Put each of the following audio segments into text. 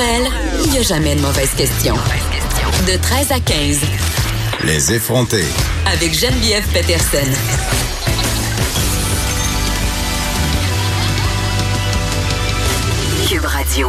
elle, il n'y a jamais de mauvaise question. De 13 à 15. Les effrontés. Avec Geneviève Peterson. Cube Radio.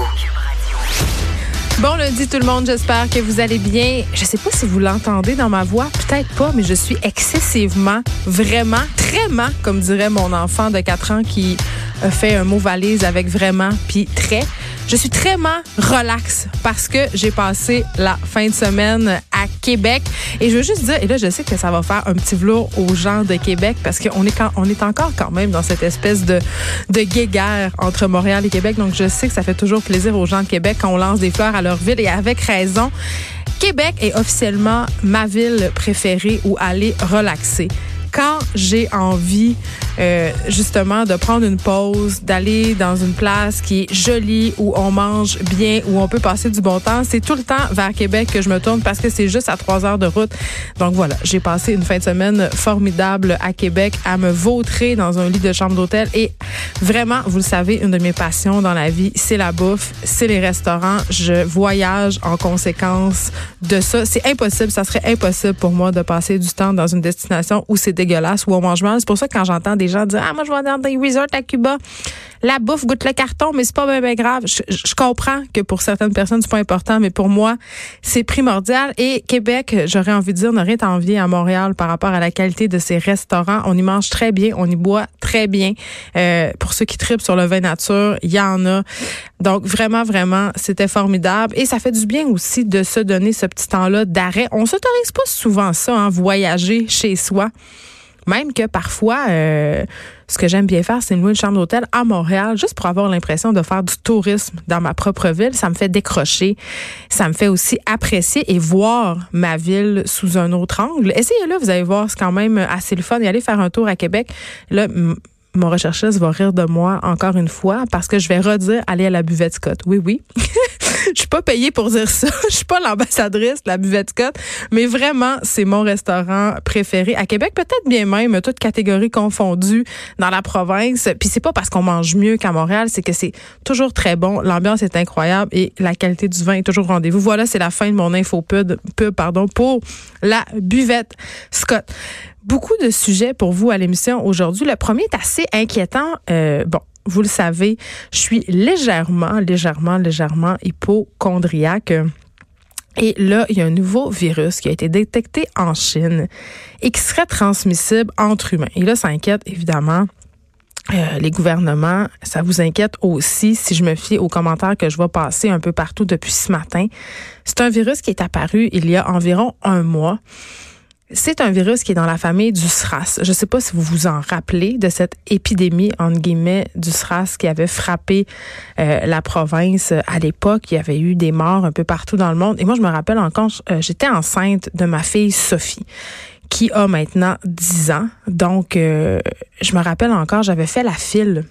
Bon lundi tout le monde, j'espère que vous allez bien. Je sais pas si vous l'entendez dans ma voix, peut-être pas, mais je suis excessivement, vraiment, trément, comme dirait mon enfant de 4 ans qui fait un mot valise avec vraiment puis très. Je suis trément relax parce que j'ai passé la fin de semaine à Québec et je veux juste dire, et là je sais que ça va faire un petit velours aux gens de Québec parce qu'on est encore quand même dans cette espèce de guéguerre entre Montréal et Québec, donc je sais que ça fait toujours plaisir aux gens de Québec quand on lance des fleurs à leur ville et avec raison. Québec est officiellement ma ville préférée où aller relaxer. Quand j'ai envie justement de prendre une pause, d'aller dans une place qui est jolie, où on mange bien, où on peut passer du bon temps, c'est tout le temps vers Québec que je me tourne parce que c'est juste à 3 heures de route. Donc voilà, j'ai passé une fin de semaine formidable à Québec à me vautrer dans un lit de chambre d'hôtel et vraiment, vous le savez, une de mes passions dans la vie, c'est la bouffe, c'est les restaurants. Je voyage en conséquence de ça. C'est impossible, ça serait impossible pour moi de passer du temps dans une destination où c'est dégueulasse, où on mange mal. C'est pour ça que quand j'entends des gens dire « Ah, moi, je vais dans des resorts à Cuba, la bouffe goûte le carton, mais c'est pas bien grave. » Je comprends que pour certaines personnes, c'est pas important, mais pour moi, c'est primordial. Et Québec, j'aurais envie de dire, n'a rien à envier à Montréal par rapport à la qualité de ses restaurants. On y mange très bien, on y boit très bien. Pour ceux qui tripent sur le vin nature, il y en a. Donc, vraiment, vraiment, c'était formidable. Et ça fait du bien aussi de se donner ce petit temps-là d'arrêt. On s'autorise pas souvent ça, hein, voyager chez soi. Même que parfois, ce que j'aime bien faire, c'est louer une chambre d'hôtel à Montréal, juste pour avoir l'impression de faire du tourisme dans ma propre ville. Ça me fait décrocher. Ça me fait aussi apprécier et voir ma ville sous un autre angle. Essayez-le, vous allez voir, c'est quand même assez le fun. Et allez faire un tour à Québec. Là, mon recherchiste va rire de moi encore une fois parce que je vais redire aller à la buvette Scott. Oui. Je suis pas payée pour dire ça. Je suis pas l'ambassadrice de la buvette Scott, mais vraiment, c'est mon restaurant préféré à Québec, peut-être bien même, toutes catégories confondues dans la province. Puis c'est pas parce qu'on mange mieux qu'à Montréal, c'est que c'est toujours très bon. L'ambiance est incroyable et la qualité du vin est toujours au rendez-vous. Voilà, c'est la fin de mon infopub pour la buvette Scott. Beaucoup de sujets pour vous à l'émission aujourd'hui. Le premier est assez inquiétant. Vous le savez, je suis légèrement hypocondriaque. Et là, il y a un nouveau virus qui a été détecté en Chine et qui serait transmissible entre humains. Et là, ça inquiète évidemment les gouvernements. Ça vous inquiète aussi si je me fie aux commentaires que je vois passer un peu partout depuis ce matin. C'est un virus qui est apparu il y a environ 1 mois. C'est un virus qui est dans la famille du SRAS. Je ne sais pas si vous vous en rappelez de cette épidémie, entre guillemets, du SRAS qui avait frappé la province à l'époque. Il y avait eu des morts un peu partout dans le monde. Et moi, je me rappelle encore, j'étais enceinte de ma fille Sophie, qui a maintenant 10 ans. Donc, je me rappelle encore, j'avais fait la file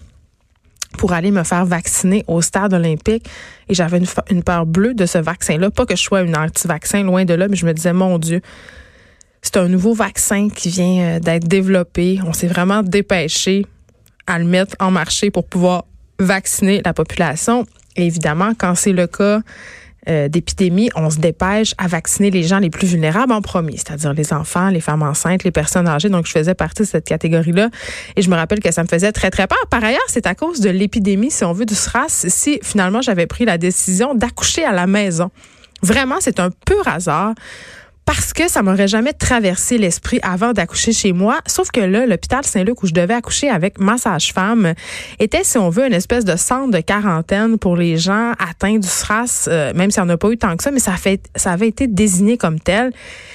pour aller me faire vacciner au stade olympique et j'avais une peur bleue de ce vaccin-là. Pas que je sois une anti-vaccin, loin de là, mais je me disais, mon Dieu, c'est un nouveau vaccin qui vient d'être développé. On s'est vraiment dépêché à le mettre en marché pour pouvoir vacciner la population. Et évidemment, quand c'est le cas d'épidémie, on se dépêche à vacciner les gens les plus vulnérables en premier, c'est-à-dire les enfants, les femmes enceintes, les personnes âgées. Donc, je faisais partie de cette catégorie-là. Et je me rappelle que ça me faisait très, très peur. Par ailleurs, c'est à cause de l'épidémie, si on veut, du SRAS, si finalement j'avais pris la décision d'accoucher à la maison. Vraiment, c'est un pur hasard. Parce que ça m'aurait jamais traversé l'esprit avant d'accoucher chez moi. Sauf que là, l'hôpital Saint-Luc où je devais accoucher avec ma sage-femme était, si on veut, une espèce de centre de quarantaine pour les gens atteints du SRAS, même s'il n'y en a pas eu tant que ça, mais ça avait été désigné comme tel.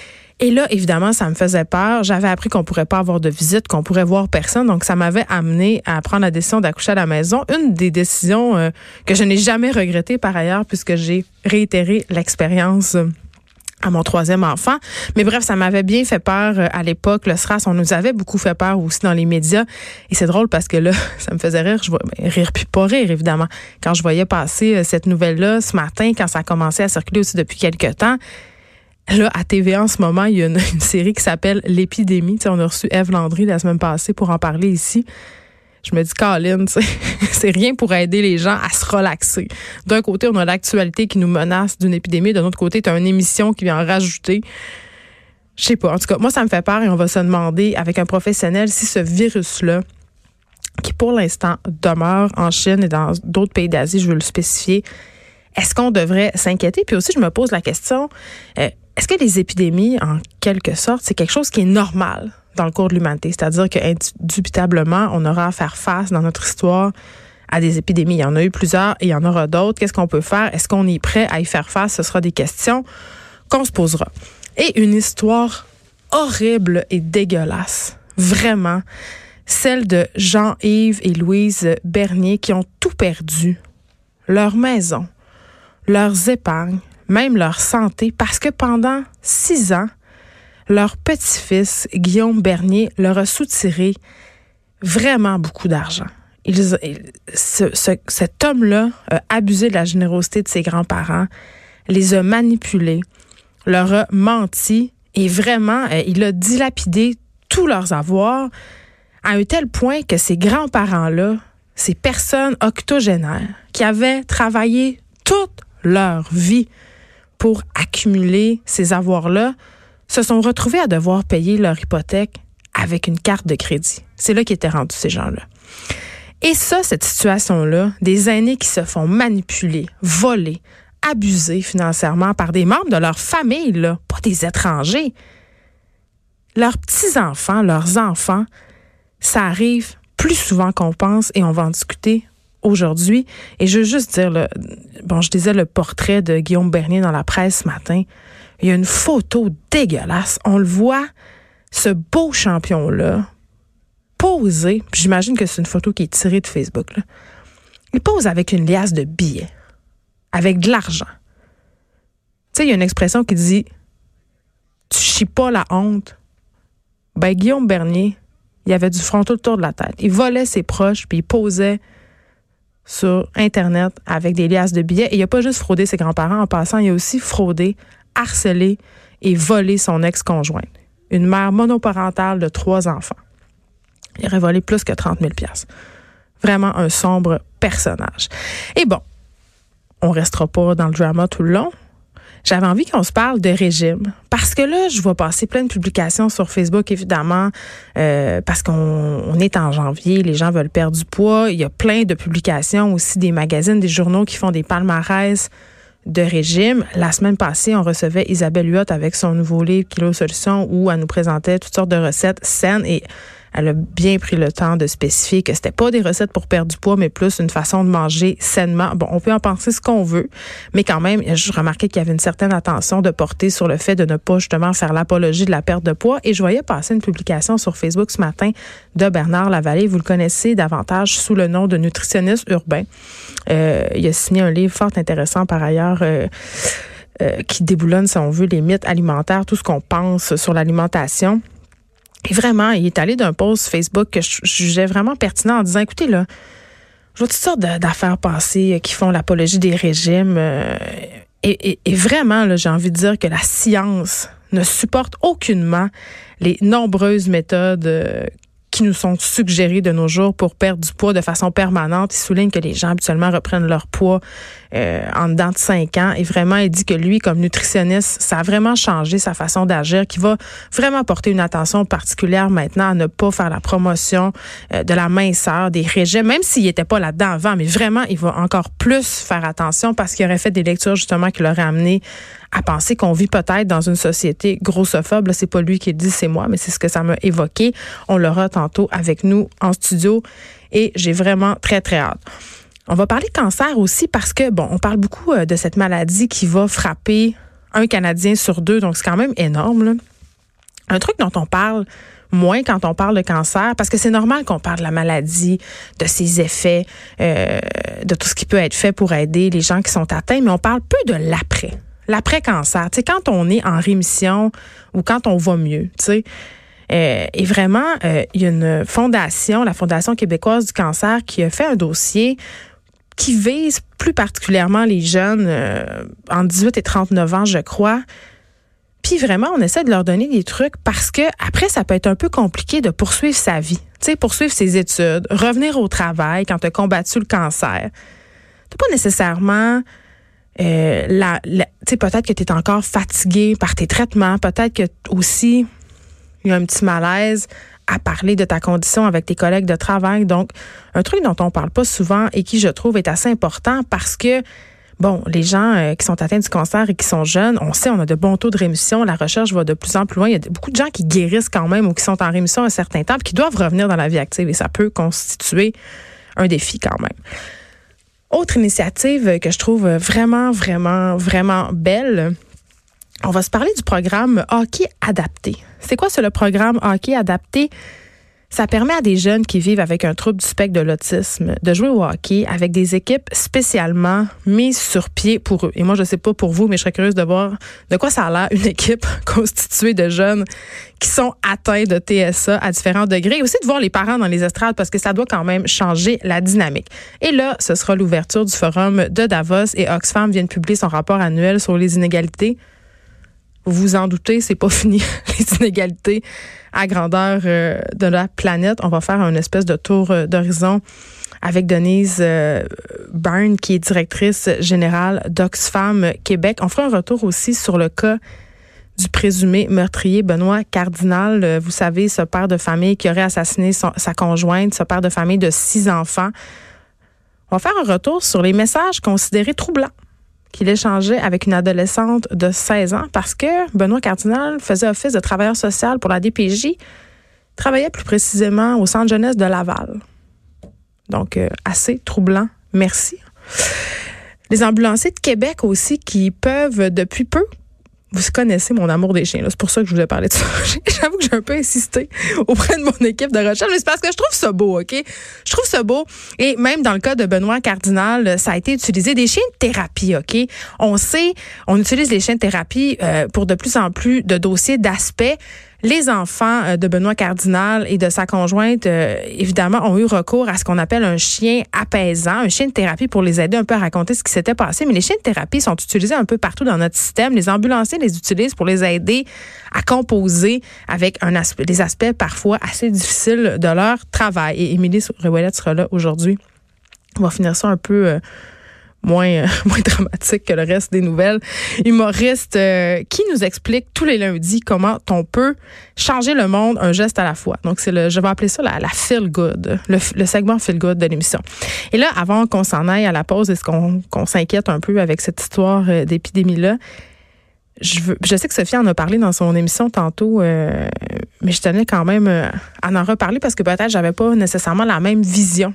Et là, évidemment, ça me faisait peur. J'avais appris qu'on pourrait pas avoir de visite, qu'on pourrait voir personne. Donc, ça m'avait amené à prendre la décision d'accoucher à la maison. Une des décisions que je n'ai jamais regrettées par ailleurs, puisque j'ai réitéré l'expérience à mon 3e enfant. Mais bref, ça m'avait bien fait peur à l'époque. Le SRAS, on nous avait beaucoup fait peur aussi dans les médias. Et c'est drôle parce que là, ça me faisait rire. Rire puis pas rire, évidemment. Quand je voyais passer cette nouvelle-là ce matin, quand ça a commencé à circuler aussi depuis quelques temps, là, à TVA en ce moment, il y a une série qui s'appelle L'épidémie. Tu sais, on a reçu Ève Landry la semaine passée pour en parler ici. je me dis, Colin, c'est rien pour aider les gens à se relaxer. D'un côté, on a l'actualité qui nous menace d'une épidémie. De l'autre côté, tu as une émission qui vient en rajouter. Je sais pas. En tout cas, moi, ça me fait peur et on va se demander avec un professionnel si ce virus-là, qui pour l'instant demeure en Chine et dans d'autres pays d'Asie, je veux le spécifier, est-ce qu'on devrait s'inquiéter? Puis aussi, je me pose la question, est-ce que les épidémies, en quelque sorte, c'est quelque chose qui est normal dans le cours de l'humanité? C'est-à-dire qu'indubitablement, on aura à faire face dans notre histoire à des épidémies. Il y en a eu plusieurs et il y en aura d'autres. Qu'est-ce qu'on peut faire? Est-ce qu'on est prêt à y faire face? Ce sera des questions qu'on se posera. Et une histoire horrible et dégueulasse, vraiment, celle de Jean-Yves et Louise Bernier qui ont tout perdu, leur maison, leurs épargnes, même leur santé, parce que pendant 6 ans, leur petit-fils, Guillaume Bernier, leur a soutiré vraiment beaucoup d'argent. Cet homme-là a abusé de la générosité de ses grands-parents, les a manipulés, leur a menti et vraiment, il a dilapidé tous leurs avoirs à un tel point que ces grands-parents-là, ces personnes octogénaires qui avaient travaillé toute leur vie pour accumuler ces avoirs-là, se sont retrouvés à devoir payer leur hypothèque avec une carte de crédit. C'est là qu'étaient rendus ces gens-là. Et ça, cette situation-là, des aînés qui se font manipuler, voler, abuser financièrement par des membres de leur famille, là, pas des étrangers. Leurs petits-enfants, leurs enfants, ça arrive plus souvent qu'on pense et on va en discuter aujourd'hui. Et je veux juste dire, là, je disais le portrait de Guillaume Bernier dans la presse ce matin. Il y a une photo dégueulasse. On le voit, ce beau champion-là, posé. J'imagine que c'est une photo qui est tirée de Facebook, là. Il pose avec une liasse de billets, avec de l'argent. Tu sais, il y a une expression qui dit « Tu chies pas la honte ». Ben, Guillaume Bernier, il avait du front tout le tour de la tête. Il volait ses proches, puis il posait sur Internet avec des liasses de billets. Et il n'a pas juste fraudé ses grands-parents. En passant, il a aussi fraudé, harcelé et volé son ex-conjointe. Une mère monoparentale de 3 enfants. Il aurait volé plus que 30 000 $. Vraiment un sombre personnage. Et bon, on restera pas dans le drama tout le long. J'avais envie qu'on se parle de régime. Parce que là, je vois passer plein de publications sur Facebook, évidemment, parce qu'on est en janvier, les gens veulent perdre du poids. Il y a plein de publications aussi, des magazines, des journaux qui font des palmarès de régime. La semaine passée, on recevait Isabelle Huot avec son nouveau livre Kilo Solutions où elle nous présentait toutes sortes de recettes saines et elle a bien pris le temps de spécifier que c'était pas des recettes pour perdre du poids, mais plus une façon de manger sainement. Bon, on peut en penser ce qu'on veut, mais quand même, je remarquais qu'il y avait une certaine attention de porter sur le fait de ne pas justement faire l'apologie de la perte de poids. Et je voyais passer une publication sur Facebook ce matin de Bernard Lavallée. Vous le connaissez davantage sous le nom de nutritionniste urbain. Il a signé un livre fort intéressant par ailleurs, qui déboulonne, si on veut, les mythes alimentaires, tout ce qu'on pense sur l'alimentation. Et vraiment, il est allé d'un post Facebook que je jugeais vraiment pertinent en disant, écoutez, là, je vois toutes sortes d'affaires passées qui font l'apologie des régimes. Et vraiment, là, j'ai envie de dire que la science ne supporte aucunement les nombreuses méthodes qui nous sont suggérées de nos jours pour perdre du poids de façon permanente. Il souligne que les gens habituellement reprennent leur poids en dedans de 5 ans. Et vraiment, il dit que lui, comme nutritionniste, ça a vraiment changé sa façon d'agir, qu'il va vraiment porter une attention particulière maintenant à ne pas faire la promotion de la minceur, des régimes, même s'il n'était pas là-dedans avant. Mais vraiment, il va encore plus faire attention parce qu'il aurait fait des lectures justement qui l'auraient amené à penser qu'on vit peut-être dans une société grossophobe. Là, c'est pas lui qui le dit, c'est moi, mais c'est ce que ça m'a évoqué. On l'aura tantôt avec nous en studio et j'ai vraiment très, très hâte. On va parler cancer aussi parce que, bon, on parle beaucoup de cette maladie qui va frapper un Canadien sur 2, donc c'est quand même énorme, là. Un truc dont on parle moins quand on parle de cancer, parce que c'est normal qu'on parle de la maladie, de ses effets, de tout ce qui peut être fait pour aider les gens qui sont atteints, mais on parle peu de l'après. L'après-cancer, tu sais, quand on est en rémission ou quand on va mieux, tu sais. Et vraiment, il y a une fondation, la Fondation québécoise du cancer, qui a fait un dossier qui vise plus particulièrement les jeunes entre 18 et 39 ans, je crois. Puis vraiment, on essaie de leur donner des trucs parce que après, ça peut être un peu compliqué de poursuivre sa vie. tu sais, poursuivre ses études, revenir au travail quand tu as combattu le cancer. T'as pas nécessairement tu sais, peut-être que tu es encore fatigué par tes traitements, peut-être que aussi il y a un petit malaise à parler de ta condition avec tes collègues de travail. Donc, un truc dont on parle pas souvent et qui, je trouve, est assez important parce que, bon, les gens qui sont atteints du cancer et qui sont jeunes, on sait, on a de bons taux de rémission. La recherche va de plus en plus loin. Il y a beaucoup de gens qui guérissent quand même ou qui sont en rémission un certain temps et qui doivent revenir dans la vie active et ça peut constituer un défi quand même. Autre initiative que je trouve vraiment, vraiment, vraiment belle, on va se parler du programme Hockey Adapté. C'est quoi le programme Hockey Adapté? Ça permet à des jeunes qui vivent avec un trouble du spectre de l'autisme de jouer au hockey avec des équipes spécialement mises sur pied pour eux. Et moi, je sais pas pour vous, mais je serais curieuse de voir de quoi ça a l'air une équipe constituée de jeunes qui sont atteints de TSA à différents degrés. Et aussi de voir les parents dans les estrades parce que ça doit quand même changer la dynamique. Et là, ce sera l'ouverture du forum de Davos et Oxfam vient de publier son rapport annuel sur les inégalités. Vous vous en doutez, c'est pas fini, les inégalités à grandeur de la planète. On va faire une espèce de tour d'horizon avec Denise Byrne, qui est directrice générale d'Oxfam Québec. On fera un retour aussi sur le cas du présumé meurtrier Benoît Cardinal. Vous savez, ce père de famille qui aurait assassiné sa conjointe, ce père de famille de 6 enfants. On va faire un retour sur les messages considérés troublants qu'il échangeait avec une adolescente de 16 ans parce que Benoît Cardinal faisait office de travailleur social pour la DPJ, travaillait plus précisément au centre jeunesse de Laval. Donc, assez troublant. Merci. Les ambulanciers de Québec aussi qui peuvent depuis peu, vous connaissez mon amour des chiens, là. C'est pour ça que je vous ai parlé de ça. J'avoue que j'ai un peu insisté auprès de mon équipe de recherche, mais c'est parce que je trouve ça beau, OK? Je trouve ça beau. Et même dans le cas de Benoît Cardinal, ça a été utilisé. Des chiens de thérapie, OK? On sait, on utilise les chiens de thérapie pour de plus en plus de dossiers d'aspect. Les enfants de Benoît Cardinal et de sa conjointe, évidemment, ont eu recours à ce qu'on appelle un chien apaisant, un chien de thérapie pour les aider un peu à raconter ce qui s'était passé. Mais les chiens de thérapie sont utilisés un peu partout dans notre système. Les ambulanciers les utilisent pour les aider à composer avec des aspects parfois assez difficiles de leur travail. Et Émilie Ouellette sera là aujourd'hui. On va finir ça un peu moins dramatique que le reste des nouvelles. Humoriste qui nous explique tous les lundis comment on peut changer le monde un geste à la fois. Donc, je vais appeler ça la feel good, le segment feel good de l'émission. Et là, avant qu'on s'en aille à la pause, est-ce qu'on s'inquiète un peu avec cette histoire d'épidémie-là? Je sais que Sophie en a parlé dans son émission tantôt, mais je tenais quand même à en reparler parce que peut-être j'avais pas nécessairement la même vision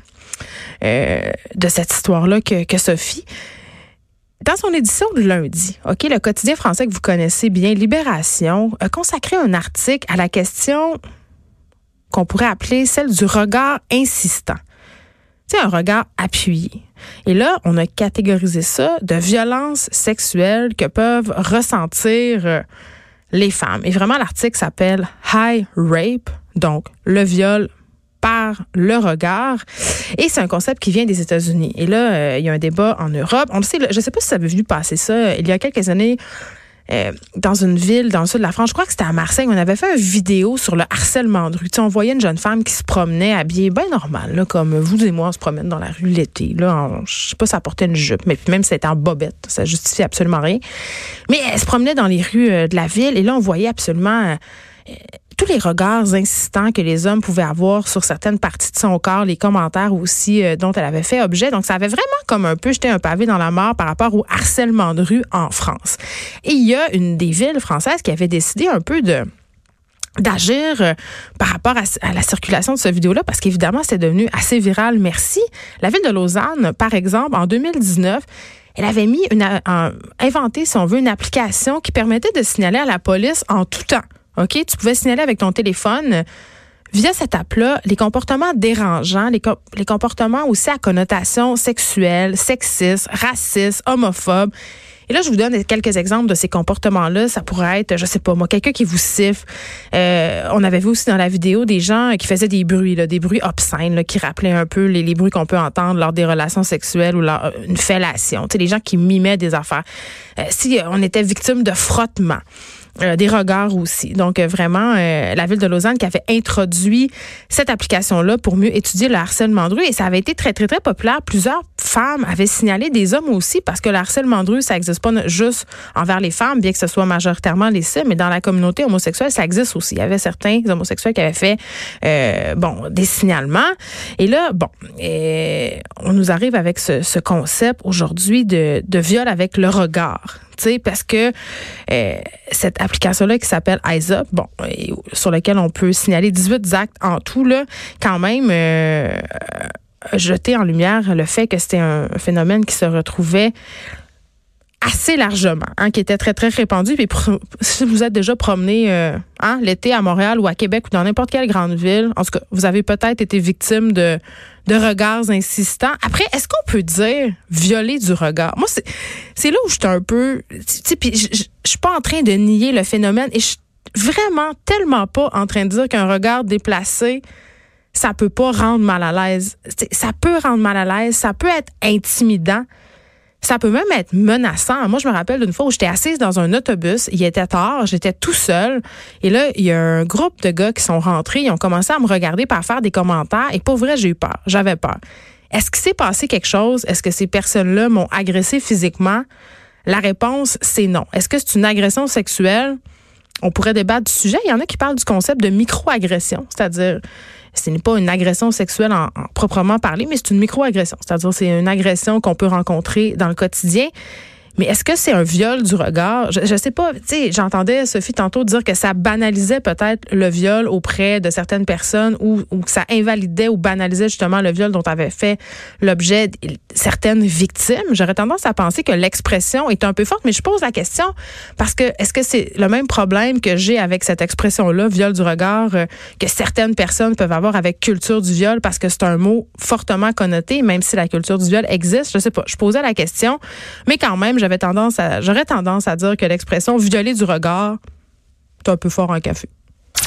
de cette histoire-là que Sophie. Dans son édition de lundi, OK, le quotidien français que vous connaissez bien, Libération, a consacré un article à la question qu'on pourrait appeler celle du regard insistant. Tu sais, un regard appuyé. Et là, on a catégorisé ça de violence sexuelle que peuvent ressentir les femmes. Et vraiment, l'article s'appelle High Rape, donc le viol par le regard. Et c'est un concept qui vient des États-Unis. Et là, il y a un débat en Europe. On le sait, je ne sais pas si vous avez vu passer ça. Il y a quelques années, dans une ville dans le sud de la France, je crois que c'était à Marseille, on avait fait une vidéo sur le harcèlement de rue. Tu sais, on voyait une jeune femme qui se promenait habillée bien normal, là, comme vous et moi, on se promène dans la rue l'été. Là, je sais pas si elle portait une jupe, mais même si c'était en bobette, ça justifie absolument rien. Mais elle se promenait dans les rues de la ville et là, on voyait absolument tous les regards insistants que les hommes pouvaient avoir sur certaines parties de son corps, les commentaires aussi dont elle avait fait objet. Donc, ça avait vraiment comme un peu jeté un pavé dans la mare par rapport au harcèlement de rue en France. Et il y a une des villes françaises qui avait décidé un peu d'agir par rapport à la circulation de cette vidéo-là, parce qu'évidemment, c'est devenu assez viral. Merci. La ville de Lausanne, par exemple, en 2019, elle avait inventé, si on veut, une application qui permettait de signaler à la police en tout temps. OK? Tu pouvais signaler avec ton téléphone via cette app-là les comportements dérangeants, les comportements aussi à connotation sexuelle, sexiste, raciste, homophobe. Et là, je vous donne quelques exemples de ces comportements-là. Ça pourrait être, je sais pas moi, quelqu'un qui vous siffle. On avait vu aussi dans la vidéo des gens qui faisaient des bruits obscènes, là, qui rappelaient un peu les bruits qu'on peut entendre lors des relations sexuelles ou une fellation. Tu sais, les gens qui mimaient des affaires. Si on était victime de frottement. des regards aussi. Donc, vraiment, la Ville de Lausanne qui avait introduit cette application-là pour mieux étudier le harcèlement de rue. Et ça avait été très, très, très populaire. Plusieurs femmes avaient signalé, des hommes aussi, parce que le harcèlement de rue, ça n'existe pas juste envers les femmes, bien que ce soit majoritairement les cibles, mais dans la communauté homosexuelle, ça existe aussi. Il y avait certains homosexuels qui avaient fait des signalements. Et là, on nous arrive avec ce concept aujourd'hui de viol avec le regard. Parce que cette application-là qui s'appelle Eyes Up, sur laquelle on peut signaler 18 actes en tout, là, quand même jeter en lumière le fait que c'était un phénomène qui se retrouvait assez largement, qui était très, très répandu. Puis si vous êtes déjà promené l'été à Montréal ou à Québec ou dans n'importe quelle grande ville, en tout cas, vous avez peut-être été victime de regards insistants. Après, est-ce qu'on peut dire violer du regard? Moi, c'est là où je suis un peu... Puis je suis pas en train de nier le phénomène et je suis vraiment tellement pas en train de dire qu'un regard déplacé, ça peut pas rendre mal à l'aise. Ça peut rendre mal à l'aise, ça peut être intimidant. Ça peut même être menaçant. Moi, je me rappelle d'une fois où j'étais assise dans un autobus. Il était tard, j'étais tout seul. Et là, il y a un groupe de gars qui sont rentrés. Ils ont commencé à me regarder par faire des commentaires. Et pour vrai, j'ai eu peur. J'avais peur. Est-ce qu'il s'est passé quelque chose? Est-ce que ces personnes-là m'ont agressé physiquement? La réponse, c'est non. Est-ce que c'est une agression sexuelle? On pourrait débattre du sujet. Il y en a qui parlent du concept de micro-agression, c'est-à-dire ce n'est pas une agression sexuelle en proprement parler, mais c'est une micro-agression, c'est-à-dire c'est une agression qu'on peut rencontrer dans le quotidien. Mais est-ce que c'est un viol du regard? Je sais pas, tu sais, j'entendais Sophie tantôt dire que ça banalisait peut-être le viol auprès de certaines personnes ou que ça invalidait ou banalisait justement le viol dont avaient fait l'objet certaines victimes. J'aurais tendance à penser que l'expression est un peu forte, mais je pose la question parce que est-ce que c'est le même problème que j'ai avec cette expression-là, viol du regard, que certaines personnes peuvent avoir avec culture du viol parce que c'est un mot fortement connoté, même si la culture du viol existe? Je sais pas, je posais la question, mais quand même, j'aurais tendance à dire que l'expression violer du regard, c'est un peu fort en café.